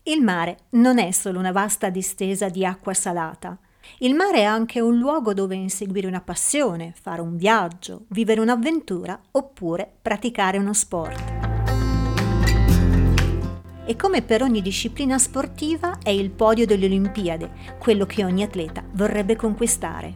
Il mare non è solo una vasta distesa di acqua salata. Il mare è anche un luogo dove inseguire una passione, fare un viaggio, vivere un'avventura oppure praticare uno sport. E come per ogni disciplina sportiva è il podio delle Olimpiadi, quello che ogni atleta vorrebbe conquistare.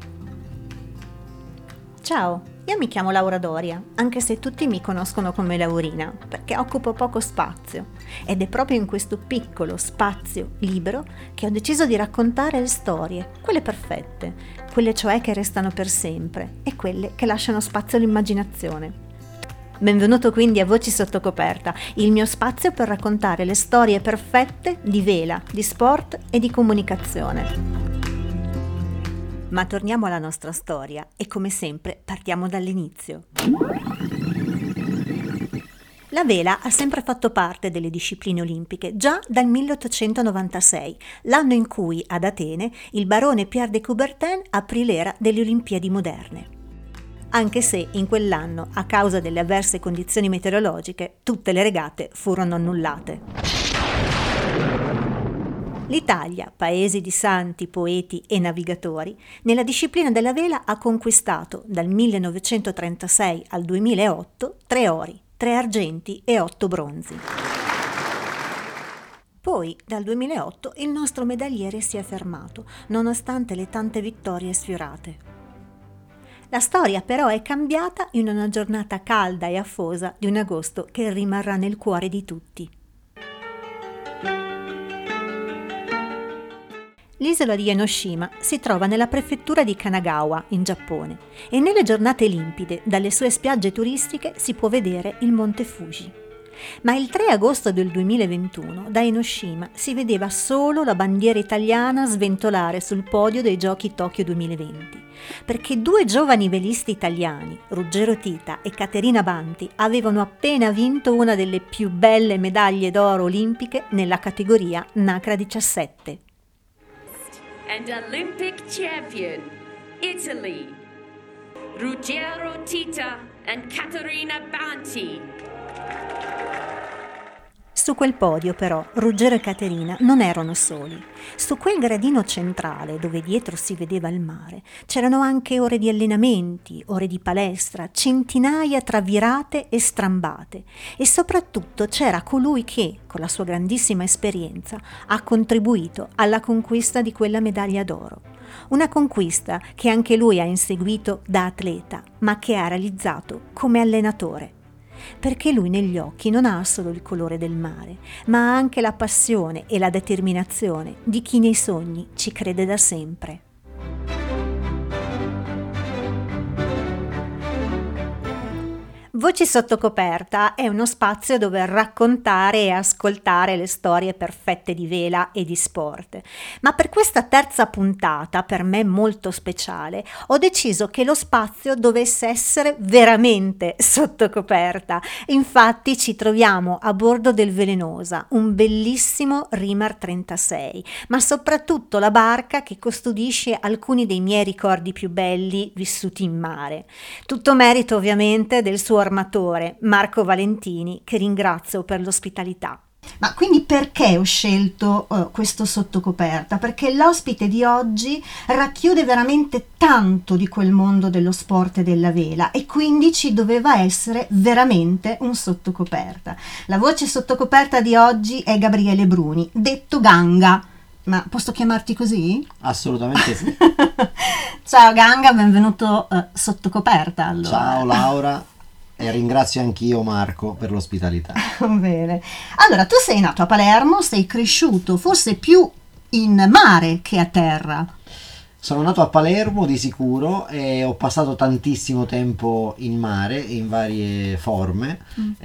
Ciao, io mi chiamo Laura Doria, anche se tutti mi conoscono come Laurina, perché occupo poco spazio. Ed è proprio in questo piccolo spazio libero che ho deciso di raccontare le storie, quelle perfette, quelle cioè che restano per sempre e quelle che lasciano spazio all'immaginazione. Benvenuto quindi a Voci sotto coperta, il mio spazio per raccontare le storie perfette di vela, di sport e di comunicazione. Ma torniamo alla nostra storia e come sempre partiamo dall'inizio. La vela ha sempre fatto parte delle discipline olimpiche già dal 1896, l'anno in cui ad Atene il barone Pierre de Coubertin aprì l'era delle Olimpiadi moderne. Anche se in quell'anno, a causa delle avverse condizioni meteorologiche, tutte le regate furono annullate. L'Italia, paese di santi, poeti e navigatori, nella disciplina della vela ha conquistato dal 1936 al 2008 3 ori, 3 argenti e 8 bronzi. Poi, dal 2008, il nostro medagliere si è fermato, nonostante le tante vittorie sfiorate. La storia però è cambiata in una giornata calda e afosa di un agosto che rimarrà nel cuore di tutti. L'isola di Enoshima si trova nella prefettura di Kanagawa, in Giappone, e nelle giornate limpide dalle sue spiagge turistiche si può vedere il Monte Fuji. Ma il 3 agosto del 2021 da Enoshima si vedeva solo la bandiera italiana sventolare sul podio dei Giochi Tokyo 2020, perché 2 giovani velisti italiani, Ruggero Tita e Caterina Banti, avevano appena vinto una delle più belle medaglie d'oro olimpiche nella categoria Nacra 17. And Olympic champion, Italy, Ruggero Tita and Caterina Banti. Su quel podio però Ruggero e Caterina non erano soli. Su quel gradino centrale, dove dietro si vedeva il mare, c'erano anche ore di allenamenti, ore di palestra, centinaia tra virate e strambate. E soprattutto c'era colui che, con la sua grandissima esperienza, ha contribuito alla conquista di quella medaglia d'oro. Una conquista che anche lui ha inseguito da atleta, ma che ha realizzato come allenatore. Perché lui negli occhi non ha solo il colore del mare, ma ha anche la passione e la determinazione di chi nei sogni ci crede da sempre. Voci sotto coperta è uno spazio dove raccontare e ascoltare le storie perfette di vela e di sport. Ma per questa terza puntata, per me molto speciale, ho deciso che lo spazio dovesse essere veramente sotto coperta. Infatti ci troviamo a bordo del Velenosa, un bellissimo Rimar 36, ma soprattutto la barca che custodisce alcuni dei miei ricordi più belli vissuti in mare. Tutto merito ovviamente del suo armatore, Marco Valentini, che ringrazio per l'ospitalità. Ma quindi perché ho scelto questo sottocoperta? Perché l'ospite di oggi racchiude veramente tanto di quel mondo dello sport e della vela e quindi ci doveva essere veramente un sottocoperta. La voce sottocoperta di oggi è Gabriele Bruni, detto Ganga. Ma posso chiamarti così? Assolutamente sì. Ciao Ganga, benvenuto sotto coperta allora. Ciao Laura e ringrazio anch'io Marco per l'ospitalità. Bene. Allora, tu sei nato a Palermo, sei cresciuto forse più in mare che a terra. Sono nato a Palermo di sicuro e ho passato tantissimo tempo in mare in varie forme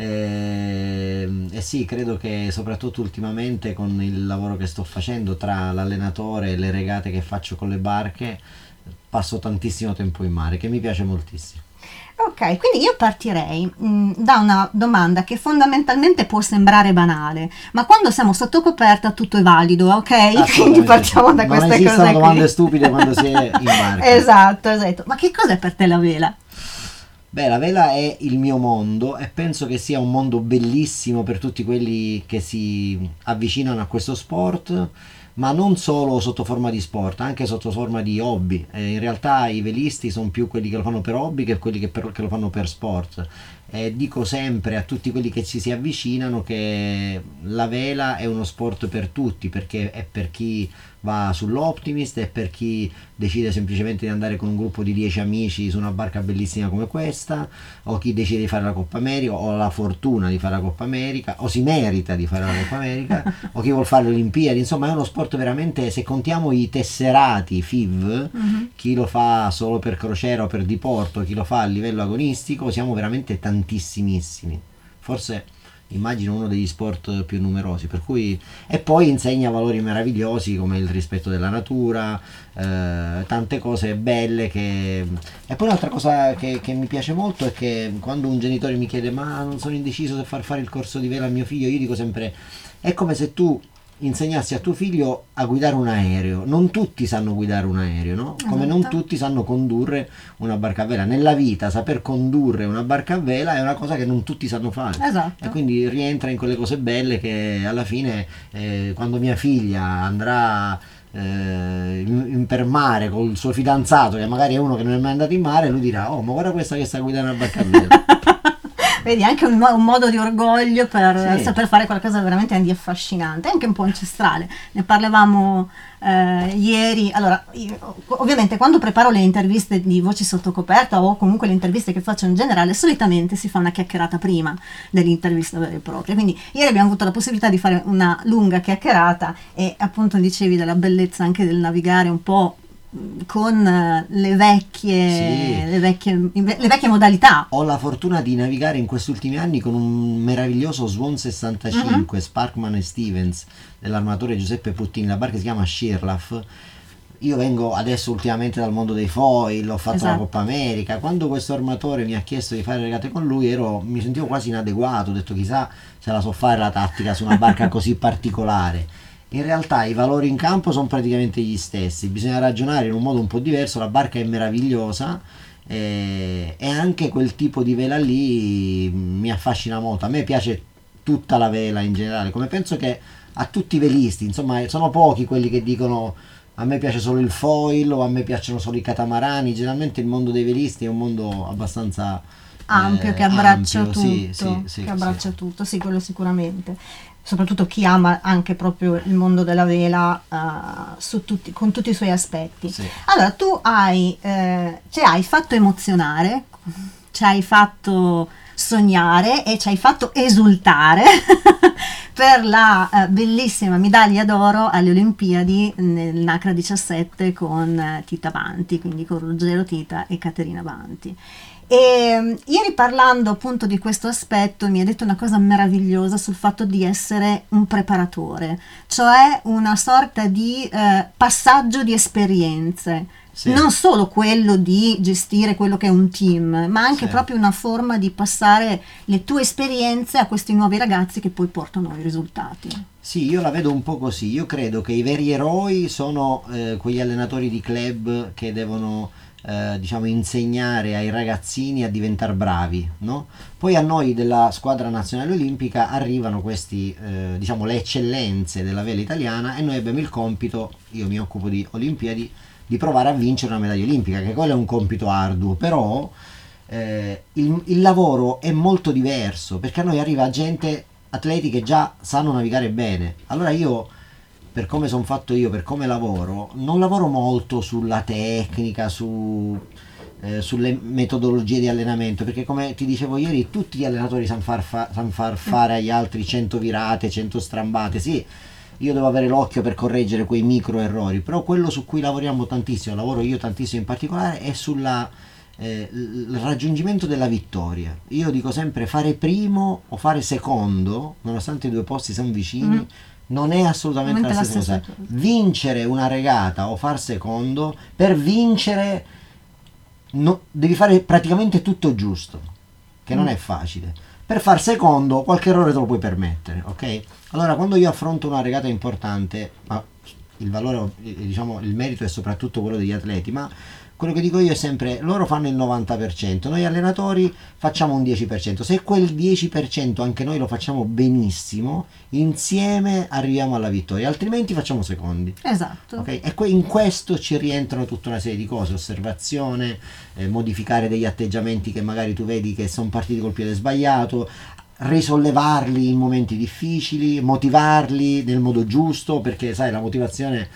e sì, credo che soprattutto ultimamente con il lavoro che sto facendo tra l'allenatore e le regate che faccio con le barche passo tantissimo tempo in mare, che mi piace moltissimo. Ok, quindi io partirei da una domanda che fondamentalmente può sembrare banale, ma quando siamo sotto coperta tutto è valido, ok? Quindi partiamo da queste cose qui. Non esistono domande stupide quando si è in barca. Esatto. Ma che cos'è per te la vela? Beh, la vela è il mio mondo e penso che sia un mondo bellissimo per tutti quelli che si avvicinano a questo sport, ma non solo sotto forma di sport, anche sotto forma di hobby. In realtà i velisti sono più quelli che lo fanno per hobby che quelli che lo fanno per sport. E dico sempre a tutti quelli che ci si avvicinano che la vela è uno sport per tutti, perché è per chi va sull'Optimist, è per chi decide semplicemente di andare con un gruppo di 10 amici su una barca bellissima come questa, o chi decide di fare la Coppa America, o ha la fortuna di fare la Coppa America, o si merita di fare la Coppa America, o chi vuol fare le Olimpiadi. Insomma, è uno sport veramente, se contiamo i tesserati FIV, chi lo fa solo per crociera o per diporto, chi lo fa a livello agonistico, siamo veramente tantissimissimi. Forse immagino uno degli sport più numerosi, per cui, e poi insegna valori meravigliosi come il rispetto della natura, tante cose belle che... E poi un'altra cosa che mi piace molto è che quando un genitore mi chiede ma non sono indeciso se far fare il corso di vela a mio figlio, io dico sempre è come se tu insegnassi a tuo figlio a guidare un aereo. Non tutti sanno guidare un aereo, no? Come non tutti sanno condurre una barca a vela. Nella vita saper condurre una barca a vela è una cosa che non tutti sanno fare. Esatto. E quindi rientra in quelle cose belle che alla fine quando mia figlia andrà per mare col suo fidanzato, che magari è uno che non è mai andato in mare, lui dirà oh ma guarda questa che sta guidando una barca a vela. Vedi, anche un modo di orgoglio per Sì. saper fare qualcosa veramente di affascinante, anche un po' ancestrale. Ne parlavamo ieri. Allora, io, ovviamente quando preparo le interviste di Voci sotto coperta o comunque le interviste che faccio in generale, solitamente si fa una chiacchierata prima dell'intervista vera e propria. Quindi ieri abbiamo avuto la possibilità di fare una lunga chiacchierata e appunto dicevi della bellezza anche del navigare un po' con le vecchie modalità. Ho la fortuna di navigare in questi ultimi anni con un meraviglioso Swan 65 Sparkman e Stevens dell'armatore Giuseppe Puttini. La barca si chiama Shirlaf. Io vengo adesso ultimamente dal mondo dei foil, ho fatto la Coppa America. Quando questo armatore mi ha chiesto di fare regate con lui mi sentivo quasi inadeguato, ho detto chissà se la so fare la tattica su una barca così particolare. In realtà i valori in campo sono praticamente gli stessi, bisogna ragionare in un modo un po' diverso, la barca è meravigliosa e anche quel tipo di vela lì mi affascina molto. A me piace tutta la vela in generale, come penso che a tutti i velisti, insomma sono pochi quelli che dicono a me piace solo il foil o a me piacciono solo i catamarani. Generalmente il mondo dei velisti è un mondo abbastanza ampio, che abbraccia ampio, tutto, sì, che abbraccia tutto, sì, quello sicuramente. Soprattutto chi ama anche proprio il mondo della vela con tutti i suoi aspetti. Sì. Allora, tu ci hai fatto emozionare, ci hai fatto sognare e ci hai fatto esultare per la bellissima medaglia d'oro alle Olimpiadi nel NACRA 17 con Tita Banti, quindi con Ruggero Tita e Caterina Banti. E ieri parlando appunto di questo aspetto mi ha detto una cosa meravigliosa sul fatto di essere un preparatore, cioè una sorta di passaggio di esperienze, non solo quello di gestire quello che è un team, ma anche proprio una forma di passare le tue esperienze a questi nuovi ragazzi che poi portano i risultati. Sì, io la vedo un po' così. Io credo che i veri eroi sono quegli allenatori di club che devono diciamo insegnare ai ragazzini a diventare bravi, no? Poi a noi della squadra nazionale olimpica arrivano questi diciamo le eccellenze della vela italiana e noi abbiamo il compito, io mi occupo di Olimpiadi, di provare a vincere una medaglia olimpica, che quello è un compito arduo, però il lavoro è molto diverso, perché a noi arriva gente, atleti che già sanno navigare bene. Allora io, per come sono fatto io, per come lavoro, non lavoro molto sulla tecnica, sulle metodologie di allenamento, perché come ti dicevo ieri tutti gli allenatori sanno far fare agli altri 100 virate, 100 strambate. Sì, io devo avere l'occhio per correggere quei micro errori, però quello su cui lavoriamo tantissimo, lavoro io tantissimo in particolare, è sulla il raggiungimento della vittoria. Io dico sempre fare primo o fare secondo, nonostante i due posti siano vicini, non è assolutamente la stessa cosa. Vincere una regata o far secondo, per vincere devi fare praticamente tutto giusto, che non è facile. Per far secondo qualche errore te lo puoi permettere, ok? Allora quando io affronto una regata importante, ma il valore, diciamo, il merito è soprattutto quello degli atleti, ma quello che dico io è sempre, loro fanno il 90%, noi allenatori facciamo un 10%, se quel 10% anche noi lo facciamo benissimo, insieme arriviamo alla vittoria, altrimenti facciamo secondi. Esatto. Okay? E in questo ci rientrano tutta una serie di cose, osservazione, modificare degli atteggiamenti che magari tu vedi che sono partiti col piede sbagliato, risollevarli in momenti difficili, motivarli nel modo giusto, perché sai, la motivazione,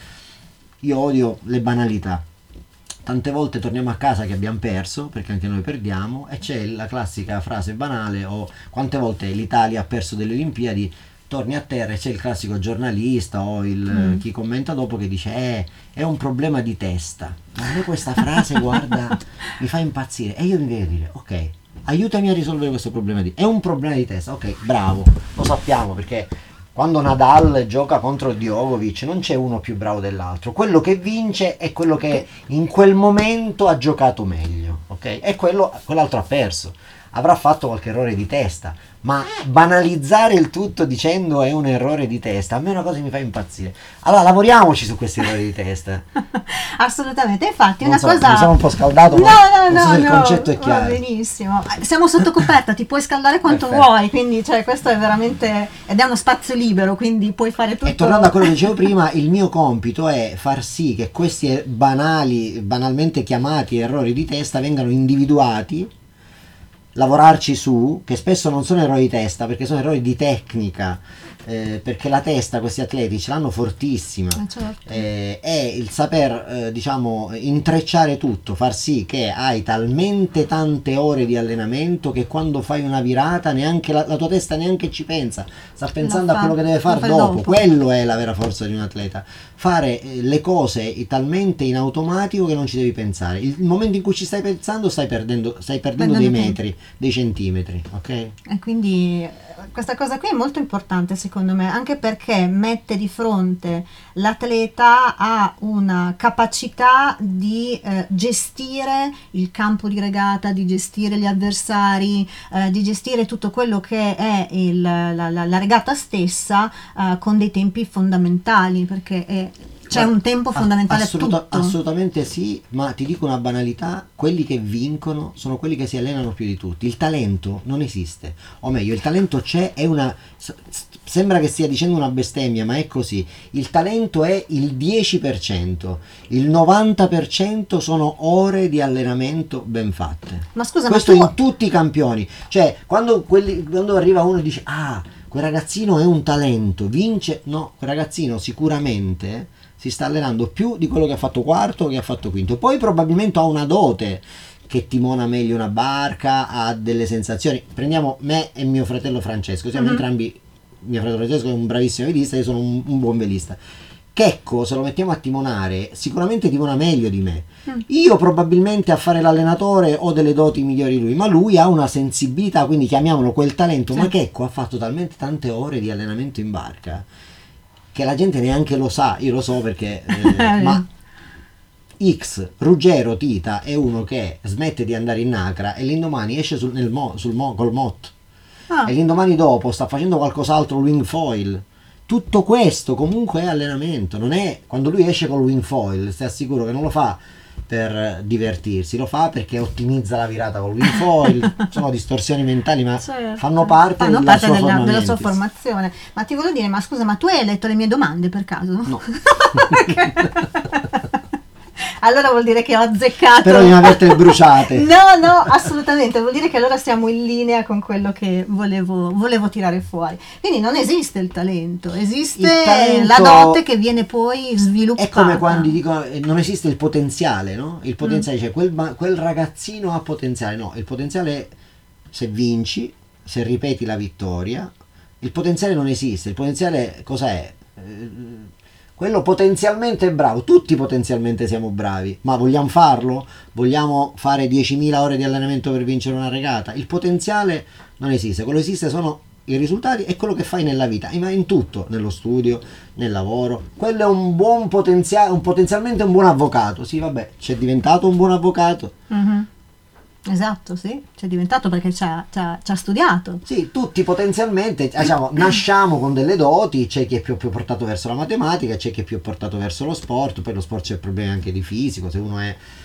io odio le banalità. Tante volte torniamo a casa che abbiamo perso, perché anche noi perdiamo, e c'è la classica frase banale, o quante volte l'Italia ha perso delle Olimpiadi, torni a terra e c'è il classico giornalista o chi commenta dopo che dice è un problema di testa. Ma a me questa frase, guarda, mi fa impazzire, e io mi devo dire, ok, aiutami a risolvere questo problema è un problema di testa, ok, bravo, lo sappiamo, perché quando Nadal gioca contro Djokovic non c'è uno più bravo dell'altro, quello che vince è quello che in quel momento ha giocato meglio, ok? E quell'altro ha perso, avrà fatto qualche errore di testa, ma banalizzare il tutto dicendo è un errore di testa, a me è una cosa che mi fa impazzire. Allora lavoriamoci su questi errori di testa. Assolutamente, infatti Non una so, cosa... mi sono un po' scaldato, No, ma non so se il no, concetto è va chiaro. benissimo. Siamo sotto coperta, ti puoi scaldare quanto Perfetto. vuoi, quindi cioè, questo è veramente... ed è uno spazio libero, quindi puoi fare tutto. E tornando a quello che dicevo prima, il mio compito è far sì che questi banalmente chiamati errori di testa vengano individuati, lavorarci su, che spesso non sono errori di testa, perché sono errori di tecnica, perché la testa questi atleti ce l'hanno fortissima, Certo. è il saper diciamo intrecciare tutto, far sì che hai talmente tante ore di allenamento che quando fai una virata neanche la tua testa neanche ci pensa, sta pensando a quello che deve fare dopo. Quello è la vera forza di un atleta, fare le cose talmente in automatico che non ci devi pensare. Il momento in cui ci stai pensando stai perdendo dei metri, dei centimetri, ok? E quindi questa cosa qui è molto importante secondo me, anche perché mette di fronte l'atleta a una capacità di gestire il campo di regata, di gestire gli avversari, di gestire tutto quello che è la regata stessa con dei tempi fondamentali, perché c'è un tempo fondamentale a tutto. Assolutamente sì, ma ti dico una banalità, quelli che vincono sono quelli che si allenano più di tutti. Il talento non esiste, o meglio, il talento c'è, sembra che stia dicendo una bestemmia, ma è così. Il talento è il 10%, il 90% sono ore di allenamento ben fatte. Ma scusa, questo ma tu... in tutti i campioni, cioè quando arriva uno e dice quel ragazzino è un talento, vince, no, quel ragazzino sicuramente si sta allenando più di quello che ha fatto quarto o che ha fatto quinto, poi probabilmente ha una dote, che timona meglio una barca, ha delle sensazioni. Prendiamo me e mio fratello Francesco, siamo entrambi, mio fratello Francesco è un bravissimo velista, io sono un buon velista. Checco, se lo mettiamo a timonare, sicuramente timona meglio di me. Io probabilmente a fare l'allenatore ho delle doti migliori di lui, ma lui ha una sensibilità, quindi chiamiamolo quel talento. Sì. Ma Checco ha fatto talmente tante ore di allenamento in barca che la gente neanche lo sa. Io lo so perché ma X, Ruggero Tita è uno che smette di andare in Nacra e l'indomani esce col MOT e l'indomani dopo sta facendo qualcos'altro, wing foil. Tutto questo comunque è allenamento, non è quando lui esce col wing foil, stai sicuro che non lo fa per divertirsi, lo fa perché ottimizza la virata col wing foil. Sono distorsioni mentali, ma certo, fanno parte della sua formazione. Ma ti volevo dire, ma scusa, ma tu hai letto le mie domande per caso? No. Allora vuol dire che ho azzeccato. Spero di non avertele bruciate. No, assolutamente, vuol dire che allora siamo in linea con quello che volevo tirare fuori. Quindi non esiste il talento, esiste la dote che viene poi sviluppata. È come quando dico non esiste il potenziale, no? Il potenziale, cioè quel ragazzino ha potenziale. No, il potenziale è se vinci, se ripeti la vittoria. Il potenziale non esiste. Il potenziale cos'è? Quello potenzialmente è bravo, tutti potenzialmente siamo bravi, ma vogliamo farlo? Vogliamo fare 10.000 ore di allenamento per vincere una regata? Il potenziale non esiste, quello che esiste sono i risultati e quello che fai nella vita, ma in tutto, nello studio, nel lavoro. Quello è un buon potenziale, potenzialmente un buon avvocato. Sì, vabbè, c'è diventato un buon avvocato. Mm-hmm. Esatto, sì, c'è diventato perché ci ha studiato. Sì, tutti potenzialmente nasciamo con delle doti, c'è chi è più portato verso la matematica, c'è chi è più portato verso lo sport, poi lo sport c'è problemi anche di fisico, se uno è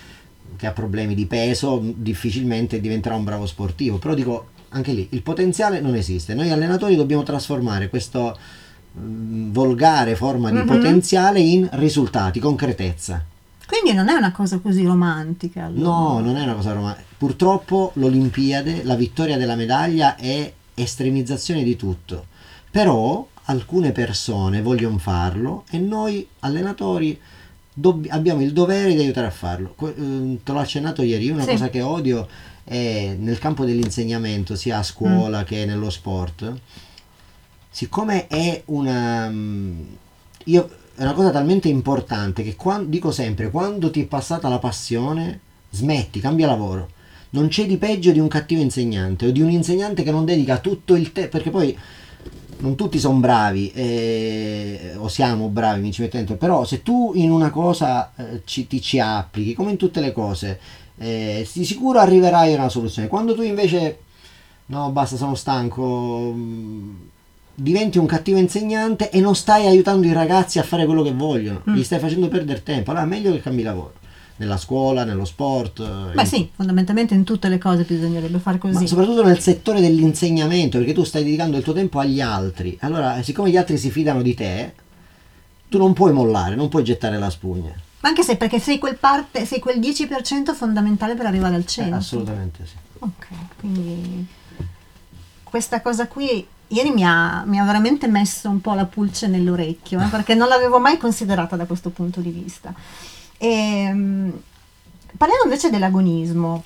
che ha problemi di peso difficilmente diventerà un bravo sportivo, però dico anche lì il potenziale non esiste, noi allenatori dobbiamo trasformare questo volgare forma di potenziale in risultati, concretezza. Quindi non è una cosa così romantica. Allora. No, non è una cosa romantica. Purtroppo l'Olimpiade, la vittoria della medaglia è estremizzazione di tutto. Però alcune persone vogliono farlo e noi allenatori abbiamo il dovere di aiutare a farlo. Te l'ho accennato ieri, una cosa che odio è nel campo dell'insegnamento, sia a scuola che nello sport. Siccome è una cosa talmente importante che dico sempre, quando ti è passata la passione, smetti, cambia lavoro. Non c'è di peggio di un cattivo insegnante o di un insegnante che non dedica tutto il tempo, perché poi non tutti sono bravi o siamo bravi, mi ci metto dentro, però se tu in una cosa ti ci applichi, come in tutte le cose, di sicuro arriverai a una soluzione. Quando tu invece no, basta, sono stanco, diventi un cattivo insegnante e non stai aiutando i ragazzi a fare quello che vogliono, gli stai facendo perdere tempo. Allora è meglio che cambi lavoro, nella scuola, nello sport. Beh sì, fondamentalmente in tutte le cose bisognerebbe fare così. Ma soprattutto nel settore dell'insegnamento, perché tu stai dedicando il tuo tempo agli altri. Allora, siccome gli altri si fidano di te, tu non puoi mollare, non puoi gettare la spugna. Ma anche se perché sei quel 10% fondamentale per arrivare al 100%. Assolutamente sì. Ok, quindi questa cosa qui ieri mi ha veramente messo un po' la pulce nell'orecchio, perché non l'avevo mai considerata da questo punto di vista. Parliamo invece dell'agonismo,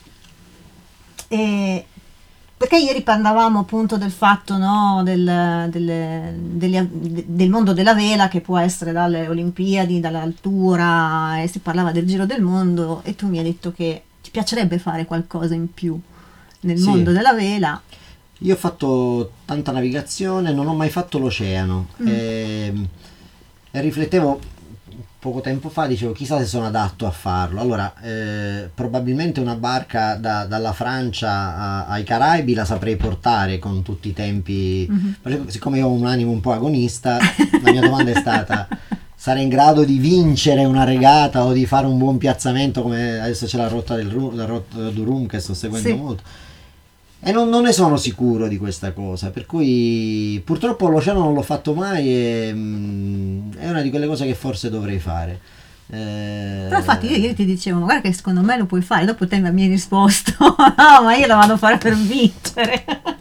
perché ieri parlavamo appunto del fatto, no, del mondo della vela, che può essere dalle Olimpiadi, dall'altura, e si parlava del giro del mondo, e tu mi hai detto che ti piacerebbe fare qualcosa in più nel mondo della vela. Io ho fatto tanta navigazione, non ho mai fatto l'oceano e riflettevo poco tempo fa, dicevo chissà se sono adatto a farlo. Allora probabilmente una barca dalla Francia ai Caraibi la saprei portare con tutti i tempi, siccome io ho un animo un po' agonista, la mia domanda è stata: sarei in grado di vincere una regata o di fare un buon piazzamento, come adesso c'è la rotta du Rum che sto seguendo molto. E non ne sono sicuro di questa cosa, per cui purtroppo l'oceano non l'ho fatto mai e è una di quelle cose che forse dovrei fare. Però infatti io ti dicevo, guarda che secondo me lo puoi fare, dopo te mi hai risposto no, ma io la vado a fare per vincere.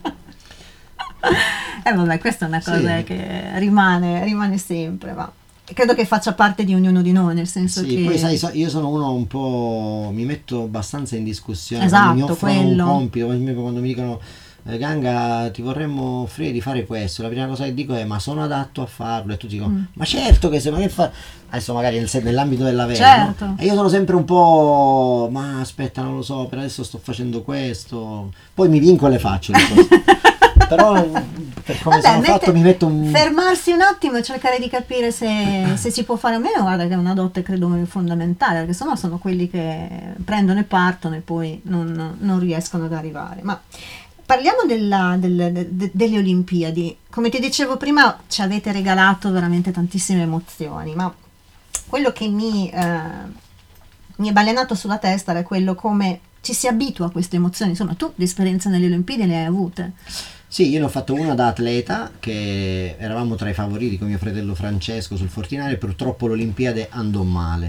E vabbè, questa è una cosa che rimane sempre, va. Credo che faccia parte di ognuno di noi, nel senso che... poi sai, io sono uno un po'... mi metto abbastanza in discussione, esatto, quando mi offrono un compito, quando mi dicono Ganga, ti vorremmo offrire di fare questo, la prima cosa che dico è: ma sono adatto a farlo? E tutti dicono: ma certo che sei, ma che fa? Adesso magari nell'ambito della vela, certo, no? E io sono sempre un po': ma aspetta, non lo so, per adesso sto facendo questo, poi mi vinco e le faccio le cose. Però per come sono fatto mi metto fermarsi un attimo e cercare di capire se si può fare o meno. Guarda che è una dote credo fondamentale, perché sennò sono quelli che prendono e partono e poi non riescono ad arrivare. Ma parliamo delle Olimpiadi. Come ti dicevo prima, ci avete regalato veramente tantissime emozioni, ma quello che mi è balenato sulla testa era quello come ci si abitua a queste emozioni. Insomma, tu l'esperienza nelle Olimpiadi le hai avute? Sì, io ne ho fatto una da atleta, che eravamo tra i favoriti con mio fratello Francesco sul Fortinare, purtroppo l'Olimpiade andò male.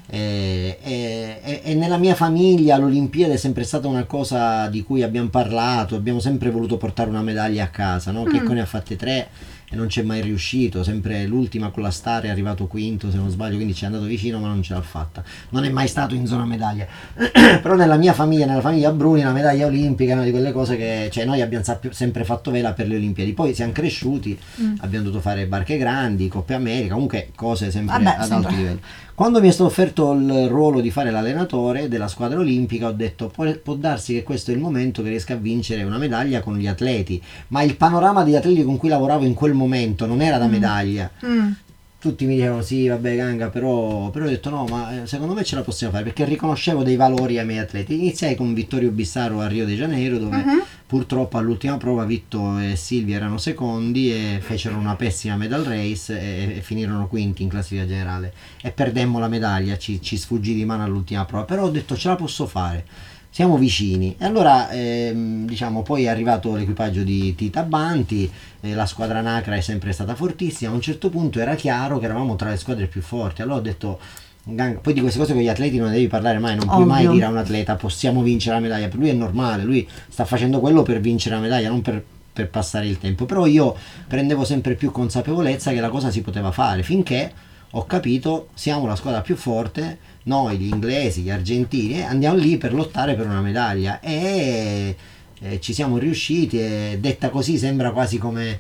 E nella mia famiglia l'Olimpiade è sempre stata una cosa di cui abbiamo parlato, abbiamo sempre voluto portare una medaglia a casa, no? Checco ne ha fatte 3 e non c'è mai riuscito, sempre l'ultima con la Star è arrivato quinto se non sbaglio, quindi ci è andato vicino ma non ce l'ha fatta, non è mai stato in zona medaglia. Però nella mia famiglia, nella famiglia Bruni, la medaglia olimpica è una di quelle cose che, cioè, noi abbiamo sempre fatto vela per le Olimpiadi, poi siamo cresciuti, abbiamo dovuto fare barche grandi, Coppe America, comunque cose sempre ad alto livello. Quando mi è stato offerto il ruolo di fare l'allenatore della squadra olimpica, ho detto: può darsi che questo è il momento che riesca a vincere una medaglia con gli atleti, ma il panorama degli atleti con cui lavoravo in quel momento non era da medaglia. Tutti mi dicevano: sì, vabbè Ganga, però ho detto no, ma secondo me ce la possiamo fare, perché riconoscevo dei valori ai miei atleti. Iniziai con Vittorio Bissaro a Rio de Janeiro, dove Purtroppo all'ultima prova Vitto e Silvia erano secondi e fecero una pessima medal race e finirono quinti in classifica generale e perdemmo la medaglia, ci sfuggì di mano all'ultima prova, però ho detto ce la posso fare, siamo vicini. E allora diciamo poi è arrivato l'equipaggio di Tita Banti, la squadra Nacra è sempre stata fortissima, a un certo punto era chiaro che eravamo tra le squadre più forti, allora ho detto poi di queste cose con gli atleti non ne devi parlare mai, non puoi mai dire a un atleta possiamo vincere la medaglia, per lui è normale, lui sta facendo quello per vincere la medaglia, non per passare il tempo. Però io prendevo sempre più consapevolezza che la cosa si poteva fare, finché ho capito siamo la squadra più forte, noi gli inglesi, gli argentini, andiamo lì per lottare per una medaglia e ci siamo riusciti. E detta così sembra quasi come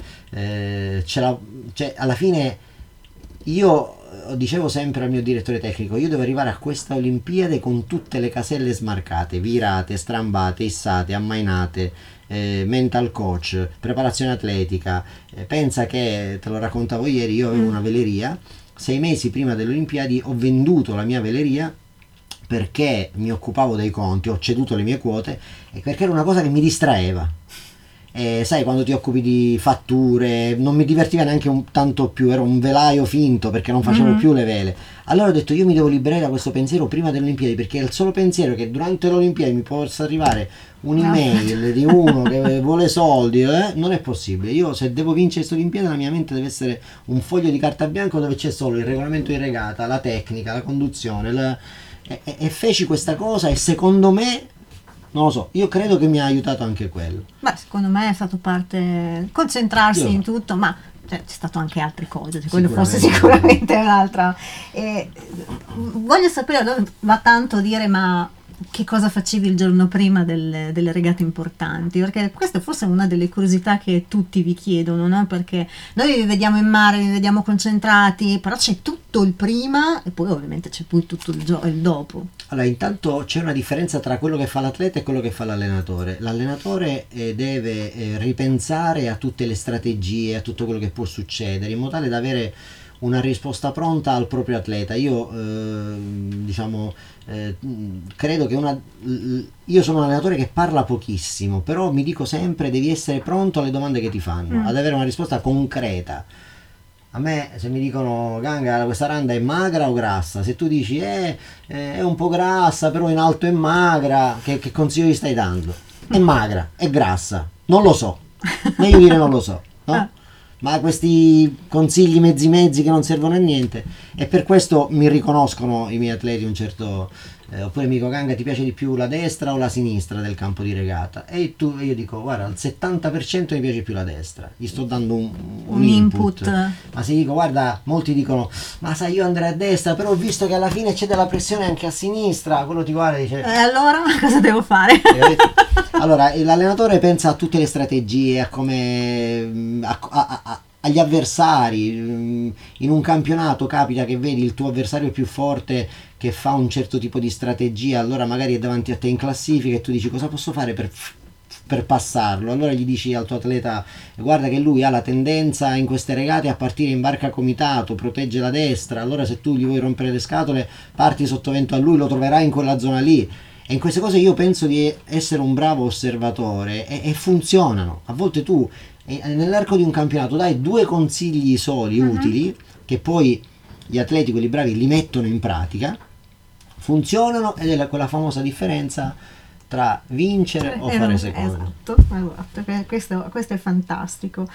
cioè alla fine io dicevo sempre al mio direttore tecnico, io devo arrivare a questa Olimpiade con tutte le caselle smarcate, virate, strambate, issate, ammainate, mental coach, preparazione atletica. Pensa che, te lo raccontavo ieri, io avevo una veleria, 6 mesi prima delle Olimpiadi ho venduto la mia veleria perché mi occupavo dei conti, ho ceduto le mie quote e perché era una cosa che mi distraeva. Sai, quando ti occupi di fatture non mi divertiva neanche tanto più, ero un velaio finto perché non facevo più le vele. Allora ho detto io mi devo liberare da questo pensiero prima delle Olimpiadi, perché è il solo pensiero che durante le Olimpiadi mi possa arrivare un'email di uno che vuole soldi, non è possibile. Io se devo vincere queste Olimpiadi la mia mente deve essere un foglio di carta bianca dove c'è solo il regolamento di regata, la tecnica, la conduzione, e feci questa cosa e secondo me, non lo so, io credo che mi ha aiutato anche quello. Beh, secondo me è stato parte concentrarsi Io in tutto, ma c'è stato anche altre cose, quello forse sicuramente è un'altra. Voglio sapere, allora, va tanto dire, ma che cosa facevi il giorno prima delle regate importanti? Perché questa è forse una delle curiosità che tutti vi chiedono, no? Perché noi vi vediamo in mare, vi vediamo concentrati, però c'è tutto il prima e poi ovviamente c'è poi tutto il dopo. Allora, intanto c'è una differenza tra quello che fa l'atleta e quello che fa l'allenatore. L'allenatore deve ripensare a tutte le strategie, a tutto quello che può succedere, in modo tale da avere una risposta pronta al proprio atleta. Io credo che io sono un allenatore che parla pochissimo, però mi dico sempre devi essere pronto alle domande che ti fanno, ad avere una risposta concreta. A me se mi dicono Ganga questa randa è magra o grassa, se tu dici è un po' grassa però in alto è magra, che consiglio gli stai dando? È magra, è grassa, non lo so, meglio dire non lo so, no? Ma questi consigli mezzi che non servono a niente, e per questo mi riconoscono i miei atleti un certo oppure mi dico Ganga ti piace di più la destra o la sinistra del campo di regata, e io dico guarda al 70% mi piace più la destra, gli sto dando un input. Ma se dico guarda, molti dicono ma sai io andrei a destra però ho visto che alla fine c'è della pressione anche a sinistra, quello ti guarda e dice allora cosa devo fare? Allora l'allenatore pensa a tutte le strategie, a come agli avversari. In un campionato capita che vedi il tuo avversario più forte che fa un certo tipo di strategia, allora magari è davanti a te in classifica e tu dici cosa posso fare per passarlo, allora gli dici al tuo atleta guarda che lui ha la tendenza in queste regate a partire in barca comitato, protegge la destra, allora se tu gli vuoi rompere le scatole parti sottovento a lui, lo troverai in quella zona lì. E in queste cose io penso di essere un bravo osservatore e funzionano. A volte tu nell'arco di un campionato dai 2 consigli soli utili che poi gli atleti, quelli bravi, li mettono in pratica, funzionano, ed è quella famosa differenza tra vincere o fare secondo. Esatto, questo è fantastico.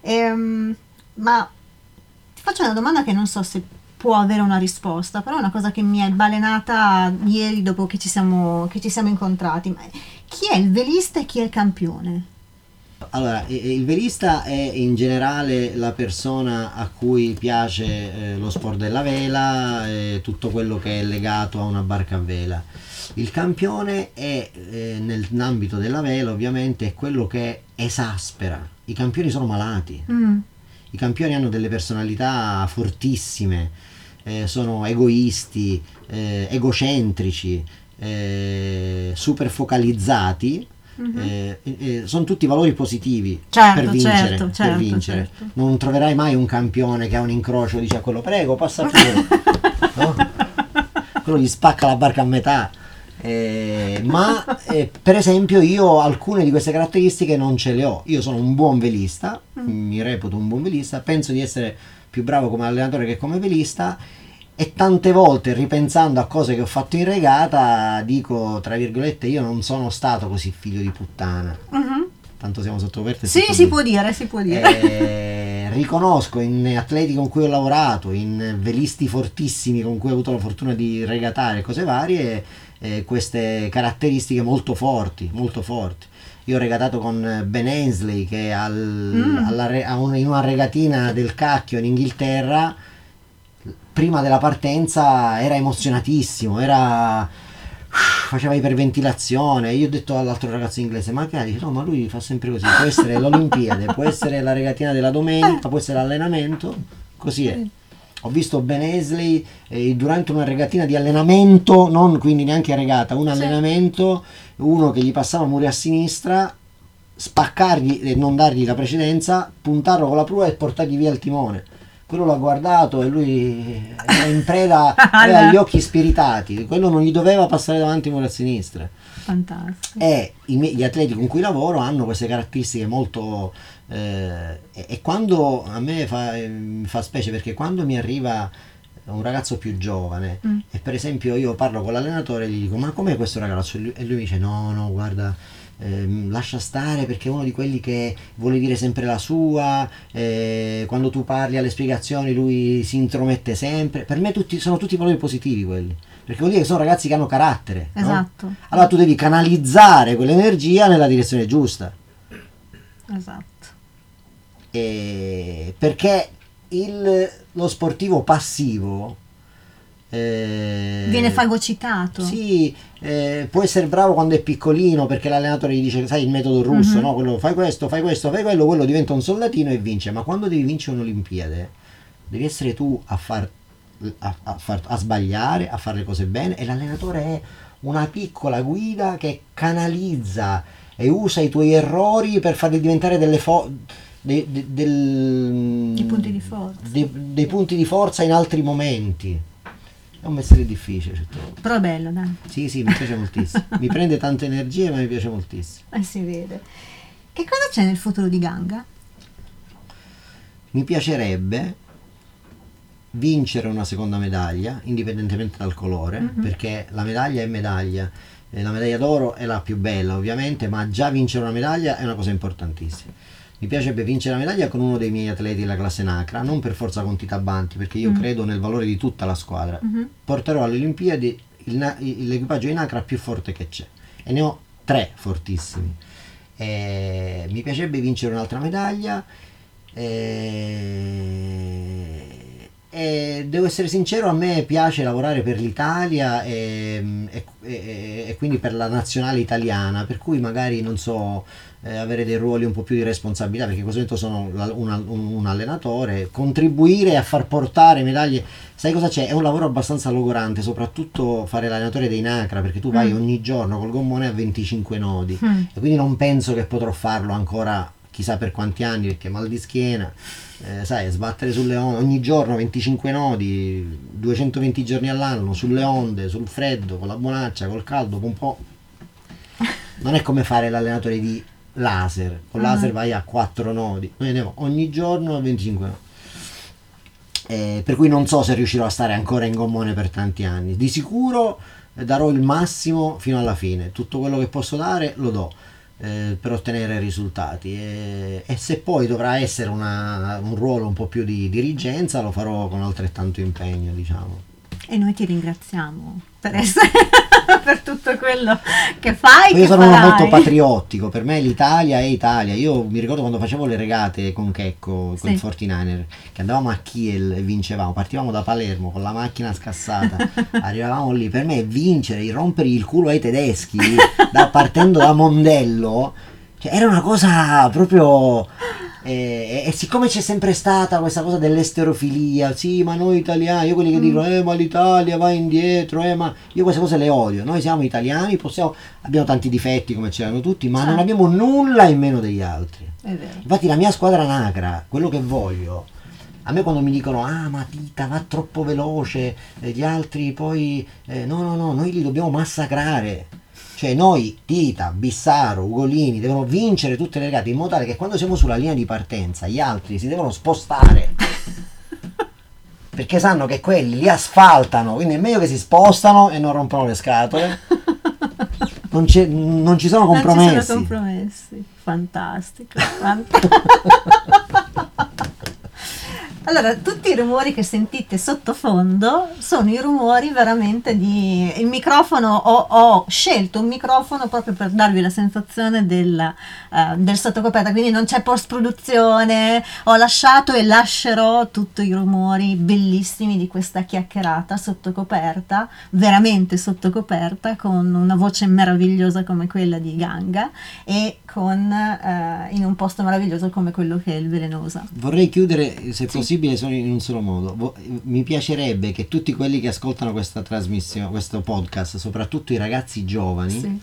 Ma ti faccio una domanda che non so se può avere una risposta, però è una cosa che mi è balenata ieri dopo che ci siamo incontrati. Ma chi è il velista e chi è il campione? Allora, il velista è in generale la persona a cui piace lo sport della vela, tutto quello che è legato a una barca a vela. Il campione è, nell'ambito della vela ovviamente, è quello che esaspera. I campioni sono malati. I campioni hanno delle personalità fortissime, sono egoisti, egocentrici, super focalizzati. Sono tutti valori positivi per vincere, certo. Non troverai mai un campione che ha un incrocio, dice a quello prego passa pure, no? Quello gli spacca la barca a metà. Per esempio io alcune di queste caratteristiche non ce le ho. Io sono un buon velista, mi reputo un buon velista, penso di essere più bravo come allenatore che come velista, e tante volte, ripensando a cose che ho fatto in regata, dico, tra virgolette, io non sono stato così figlio di puttana. Tanto siamo sotto coperte. Sì, si può dire. Riconosco in atleti con cui ho lavorato, in velisti fortissimi con cui ho avuto la fortuna di regatare, cose varie, queste caratteristiche molto forti, molto forti. Io ho regatato con Ben Ainsley, che in una regatina del cacchio in Inghilterra, prima della partenza era emozionatissimo, faceva iperventilazione. Io ho detto all'altro ragazzo inglese, ma che ha? Dice, no, ma lui fa sempre così, può essere l'Olimpiade, può essere la regatina della domenica, può essere l'allenamento, così è. Ho visto Ben Ainsley durante una regatina di allenamento, non quindi neanche regata, un allenamento, uno che gli passava muri a sinistra, spaccargli e non dargli la precedenza, puntarlo con la prua e portargli via il timone. Quello l'ha guardato e lui era in preda, aveva gli occhi spiritati, quello non gli doveva passare davanti muri a sinistra. Fantastico. E gli atleti con cui lavoro hanno queste caratteristiche molto e quando a me fa specie, perché quando mi arriva un ragazzo più giovane e per esempio io parlo con l'allenatore e gli dico, ma com'è questo ragazzo? E lui mi dice, no guarda, lascia stare, perché è uno di quelli che vuole dire sempre la sua, quando tu parli alle spiegazioni lui si intromette sempre. Per me sono tutti valori positivi quelli, perché vuol dire che sono ragazzi che hanno carattere, esatto, no? Allora tu devi canalizzare quell'energia nella direzione giusta, esatto, perché lo sportivo passivo viene fagocitato. Sì, può essere bravo quando è piccolino, perché l'allenatore gli dice, sai, il metodo russo, no? Quello, fai questo, fai quello, quello diventa un soldatino e vince. Ma quando devi vincere un'Olimpiade devi essere tu a sbagliare, a fare le cose bene, e l'allenatore è una piccola guida che canalizza e usa i tuoi errori per farli diventare dei punti di forza. Dei punti di forza in altri momenti. È un mestiere difficile, certo. Però è bello, dai. Sì, mi piace moltissimo. Mi prende tante energie, ma mi piace moltissimo. Si vede. Che cosa c'è nel futuro di Ganga? Mi piacerebbe vincere una seconda medaglia, indipendentemente dal colore, perché la medaglia è medaglia. La medaglia d'oro è la più bella, ovviamente, ma già vincere una medaglia è una cosa importantissima. Mi piacerebbe vincere la medaglia con uno dei miei atleti della classe Nacra, non per forza con Tita Banti, perché io credo nel valore di tutta la squadra. Porterò alle Olimpiadi l'equipaggio di Nacra più forte che c'è, e ne ho 3 fortissimi. Mi piacerebbe vincere un'altra medaglia, e devo essere sincero, a me piace lavorare per l'Italia e quindi per la nazionale italiana, per cui magari non so, avere dei ruoli un po' più di responsabilità, perché in questo momento sono un allenatore, contribuire a far portare medaglie. Sai cosa c'è? È un lavoro abbastanza logorante, soprattutto fare l'allenatore dei Nacra, perché tu vai ogni giorno col gommone a 25 nodi e quindi non penso che potrò farlo ancora chissà per quanti anni, perché mal di schiena, sai, sbattere sulle onde ogni giorno 25 nodi 220 giorni all'anno, sulle onde, sul freddo, con la bonaccia, col caldo, dopo un po' non è come fare l'allenatore di laser. Con laser vai a 4 nodi, noi andiamo ogni giorno a 25 nodi, per cui non so se riuscirò a stare ancora in gommone per tanti anni. Di sicuro darò il massimo fino alla fine, tutto quello che posso dare lo do, per ottenere risultati, e se poi dovrà essere un ruolo un po' più di dirigenza, lo farò con altrettanto impegno, diciamo. E noi ti ringraziamo per essere per tutto quello che fai. Io sono uno molto patriottico, per me l'Italia è Italia. Io mi ricordo quando facevo le regate con Checco, con i 49er, che andavamo a Kiel e vincevamo, partivamo da Palermo con la macchina scassata, arrivavamo lì, per me vincere, rompere il culo ai tedeschi partendo da Mondello, cioè, era una cosa proprio. E siccome c'è sempre stata questa cosa dell'esterofilia, sì, ma noi italiani, io quelli che dicono ma l'Italia va indietro, ma io queste cose le odio. Noi siamo italiani, abbiamo tanti difetti come ce l'hanno tutti, ma non abbiamo nulla in meno degli altri. È vero. Infatti la mia squadra Nacra, quello che voglio, A me quando mi dicono ma Tita va troppo veloce, gli altri poi no, noi li dobbiamo massacrare. Cioè noi, Tita, Bissaro, Ugolini, devono vincere tutte le regate in modo tale che quando siamo sulla linea di partenza gli altri si devono spostare. Perché sanno che quelli li asfaltano, quindi è meglio che si spostano e non rompono le scatole. Non ci sono compromessi. Non ci sono compromessi. Fantastico. Allora, tutti i rumori che sentite sottofondo sono i rumori veramente di... Il microfono, ho scelto un microfono proprio per darvi la sensazione del sottocoperta, quindi non c'è post-produzione, ho lasciato e lascerò tutti i rumori bellissimi di questa chiacchierata sottocoperta, veramente sottocoperta, con una voce meravigliosa come quella di Ganga e con in un posto meraviglioso come quello che è il Velenosa. Vorrei chiudere, se possibile, solo in un solo modo. Mi piacerebbe che tutti quelli che ascoltano questa trasmissione, questo podcast, soprattutto i ragazzi giovani,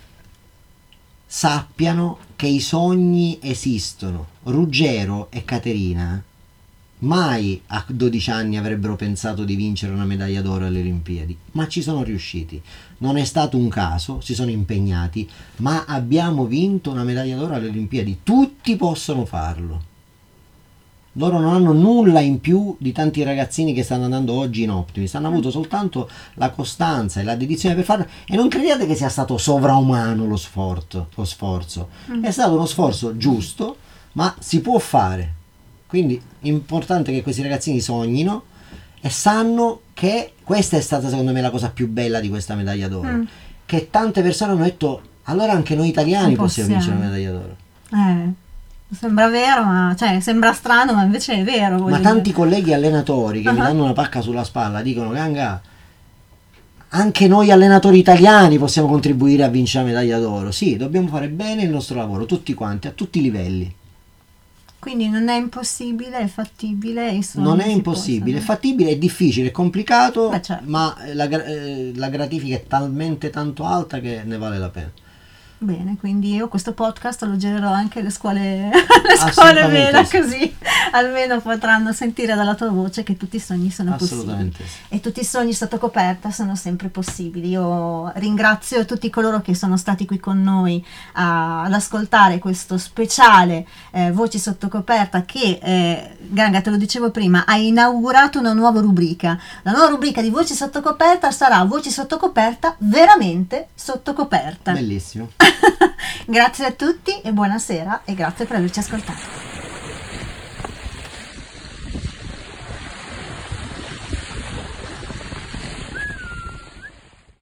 sappiano che i sogni esistono. Ruggero e Caterina mai a 12 anni avrebbero pensato di vincere una medaglia d'oro alle Olimpiadi, ma ci sono riusciti. Non è stato un caso, si sono impegnati, ma abbiamo vinto una medaglia d'oro alle Olimpiadi. Tutti possono farlo. Loro non hanno nulla in più di tanti ragazzini che stanno andando oggi in Optimis, hanno avuto soltanto la costanza e la dedizione per farlo, e non crediate che sia stato sovraumano lo sforzo. È stato uno sforzo giusto, ma si può fare. Quindi è importante che questi ragazzini sognino e sanno che questa è stata secondo me la cosa più bella di questa medaglia d'oro, che tante persone hanno detto allora anche noi italiani possiamo vincere una medaglia d'oro. Sembra vero, ma cioè sembra strano, ma invece è vero. Ma tanti colleghi allenatori che mi danno una pacca sulla spalla dicono: Ganga, anche noi allenatori italiani possiamo contribuire a vincere la medaglia d'oro. Sì, dobbiamo fare bene il nostro lavoro, tutti quanti, a tutti i livelli. Quindi non è impossibile, è fattibile. Non è impossibile, è fattibile, è difficile, è complicato, certo. Ma la gratifica è talmente tanto alta che ne vale la pena. Bene, quindi io questo podcast lo girerò anche alle scuole vela, sì. Così almeno potranno sentire dalla tua voce che tutti i sogni sono possibili. Sì. E tutti i sogni sotto coperta sono sempre possibili. Io ringrazio tutti coloro che sono stati qui con noi ad ascoltare questo speciale Voci sotto coperta che, Ganga, te lo dicevo prima, ha inaugurato una nuova rubrica. La nuova rubrica di Voci sotto coperta sarà Voci sotto coperta veramente sotto coperta. Bellissimo. Grazie a tutti e buonasera e grazie per averci ascoltato.